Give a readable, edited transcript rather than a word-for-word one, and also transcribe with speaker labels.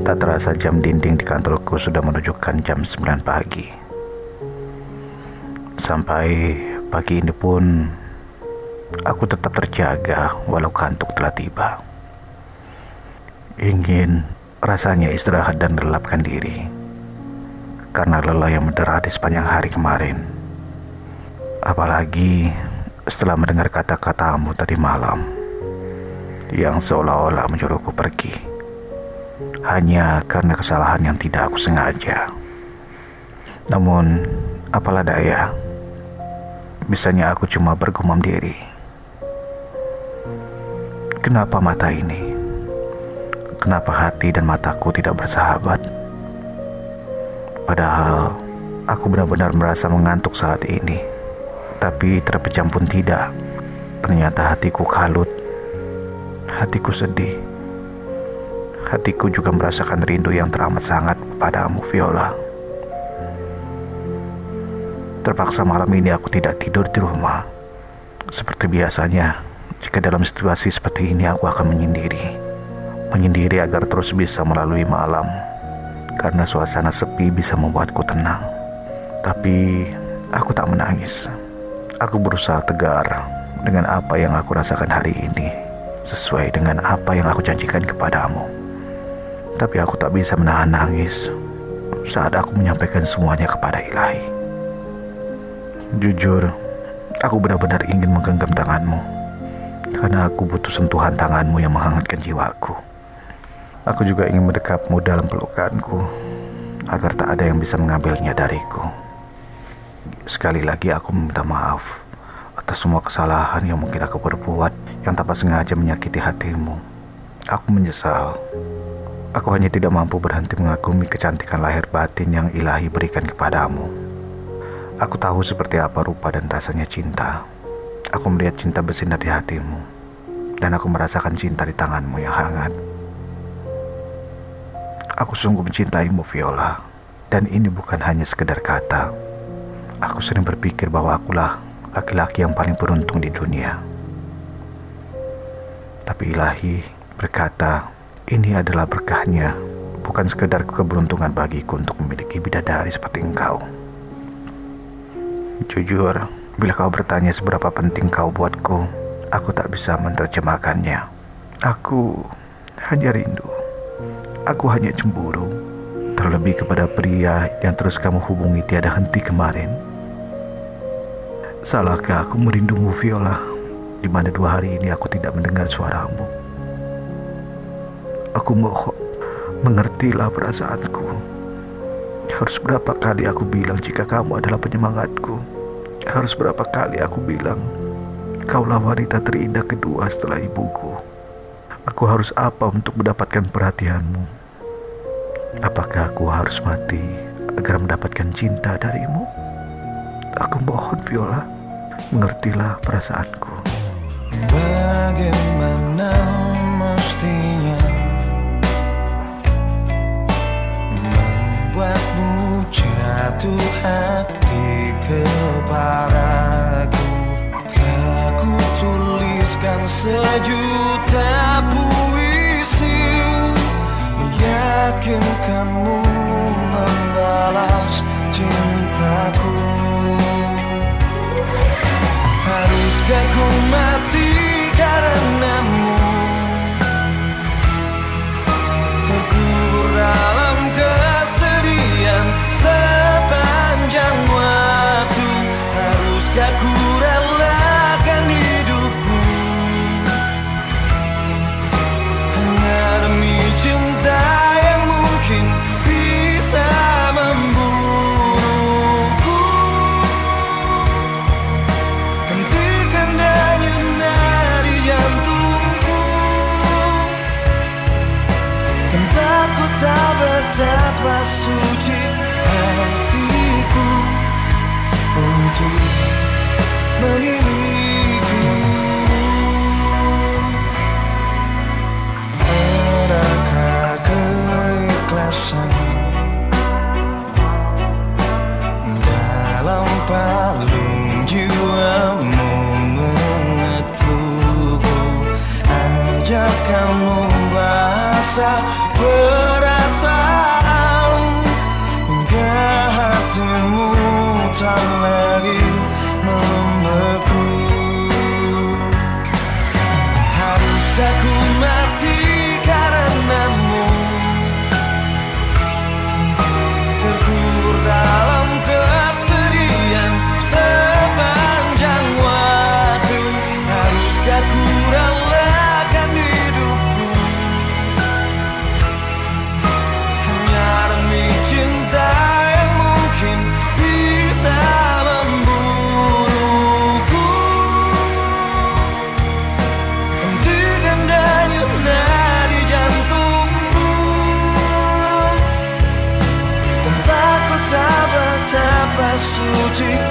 Speaker 1: Tak terasa jam dinding di kantorku sudah menunjukkan jam 9 pagi. Sampai pagi ini pun aku tetap terjaga walau kantuk telah tiba. Ingin rasanya istirahat dan relapkan diri karena lelah yang mendera di sepanjang hari kemarin. Apalagi setelah mendengar kata-katamu tadi malam yang seolah-olah menyuruhku pergi hanya karena kesalahan yang tidak aku sengaja. Namun apalah daya, bisanya aku cuma bergumam diri. Kenapa mata ini? Kenapa hati dan mataku tidak bersahabat? Padahal aku benar-benar merasa mengantuk saat ini, tapi terpejam pun tidak. Ternyata hatiku kalut, hatiku sedih. Hatiku juga merasakan rindu yang teramat sangat kepadamu, Viola. Terpaksa malam ini aku tidak tidur di rumah. Seperti biasanya, jika dalam situasi seperti ini aku akan menyendiri agar terus bisa melalui malam, karena suasana sepi bisa membuatku tenang. Tapi aku tak menangis. Aku berusaha tegar dengan apa yang aku rasakan hari ini, sesuai dengan apa yang aku janjikan kepadamu. Tapi aku tak bisa menahan nangis saat aku menyampaikan semuanya kepada Ilahi. Jujur, aku benar-benar ingin menggenggam tanganmu, karena aku butuh sentuhan tanganmu yang menghangatkan jiwaku. Aku juga ingin mendekapmu dalam pelukanku, agar tak ada yang bisa mengambilnya dariku. Sekali lagi aku meminta maaf atas semua kesalahan yang mungkin aku perbuat yang tanpa sengaja menyakiti hatimu. Aku menyesal. Aku hanya tidak mampu berhenti mengagumi kecantikan lahir batin yang Ilahi berikan kepadamu. Aku tahu seperti apa rupa dan rasanya cinta. Aku melihat cinta bersinar di hatimu, dan aku merasakan cinta di tanganmu yang hangat. Aku sungguh mencintaimu, Viola, dan ini bukan hanya sekedar kata. Aku sering berpikir bahwa akulah laki-laki yang paling beruntung di dunia. Tapi Ilahi berkata, ini adalah berkahnya, bukan sekedar keberuntungan bagiku untuk memiliki bidadari seperti engkau. Jujur, bila kau bertanya seberapa penting kau buatku, aku tak bisa menerjemahkannya. Aku hanya rindu. Aku hanya cemburu, terlebih kepada pria yang terus kamu hubungi tiada henti kemarin. Salahkah aku merindumu, Viola, di mana 2 hari ini aku tidak mendengar suaramu? Aku mohon, mengertilah perasaanku. Harus berapa kali aku bilang jika kamu adalah penyemangatku? Harus berapa kali aku bilang, kaulah wanita terindah kedua setelah ibuku? Aku harus apa untuk mendapatkan perhatianmu? Apakah aku harus mati agar mendapatkan cinta darimu? Aku mohon, Viola, mengertilah perasaanku.
Speaker 2: Bagaimana mestinya membuatmu jatuh hati kepadaku? Telah ku tuliskan sejuta puisi, meyakinkanmu membalas cintaku. Haruskah ku mati karenamu, terkubur dalam kesedihan sepanjang waktu? Haruskah ku relakan hidupku hanya demi cinta yang mungkin bisa membunuhku? Hentikan denyut nadi jantungku, tanpa ku tahu betapa suci hatiku untuk memilikimu. Adakah keikhlasan dalam palung jiwamu mengetukku? Ajak kamu basah perasaan suci